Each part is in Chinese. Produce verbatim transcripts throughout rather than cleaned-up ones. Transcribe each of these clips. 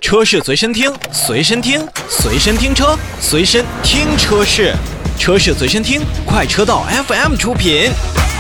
车市随身听，随身听，随身听车，随身听车市，车市随身听，快车道 F M 出品。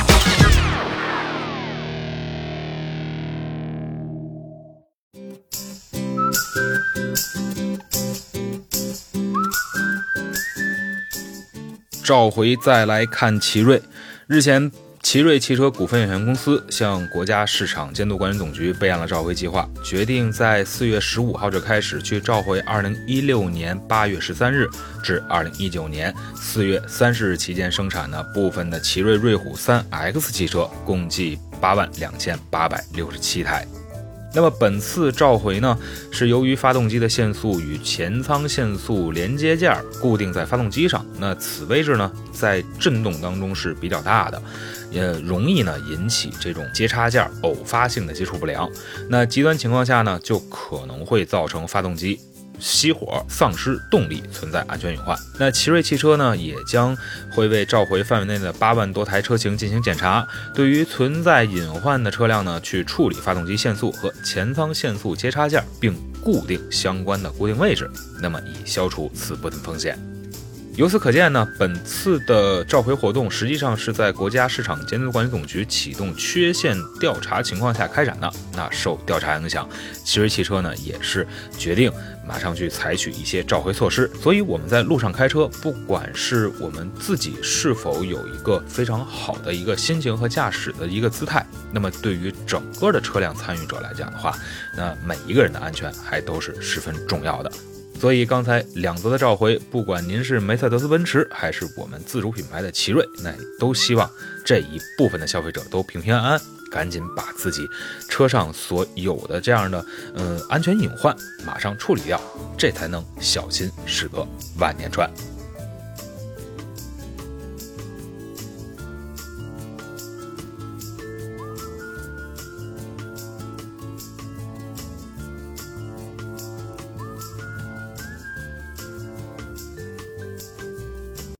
召回再来看奇瑞。日前，奇瑞汽车股份有限公司向国家市场监督管理总局备案了召回计划，决定在四月十五号这开始去召回二零一六年八月十三日至二零一九年四月三十日期间生产的部分的奇瑞瑞虎 三 X 汽车，共计八万两千八百六十七台。那么本次召回呢，是由于发动机的限速与前舱限速连接件固定在发动机上，那此位置呢，在震动当中是比较大的，也容易呢引起这种接插件偶发性的接触不良。那极端情况下呢，就可能会造成发动机熄火、丧失动力，存在安全隐患。那奇瑞汽车呢，也将会为召回范围内的八万多台车型进行检查，对于存在隐患的车辆呢，去处理发动机限速和前舱限速接插件，并固定相关的固定位置，那么以消除此部分风险。由此可见呢，本次的召回活动实际上是在国家市场监督管理总局启动缺陷调查情况下开展的。那受调查影响，奇瑞汽车呢也是决定马上去采取一些召回措施。所以我们在路上开车，不管是我们自己是否有一个非常好的一个心情和驾驶的一个姿态，那么对于整个的车辆参与者来讲的话，那每一个人的安全还都是十分重要的。所以刚才两则的召回，不管您是梅赛德斯奔驰还是我们自主品牌的奇瑞，那都希望这一部分的消费者都平平安安，赶紧把自己车上所有的这样的呃安全隐患马上处理掉，这才能小心驶得万年船。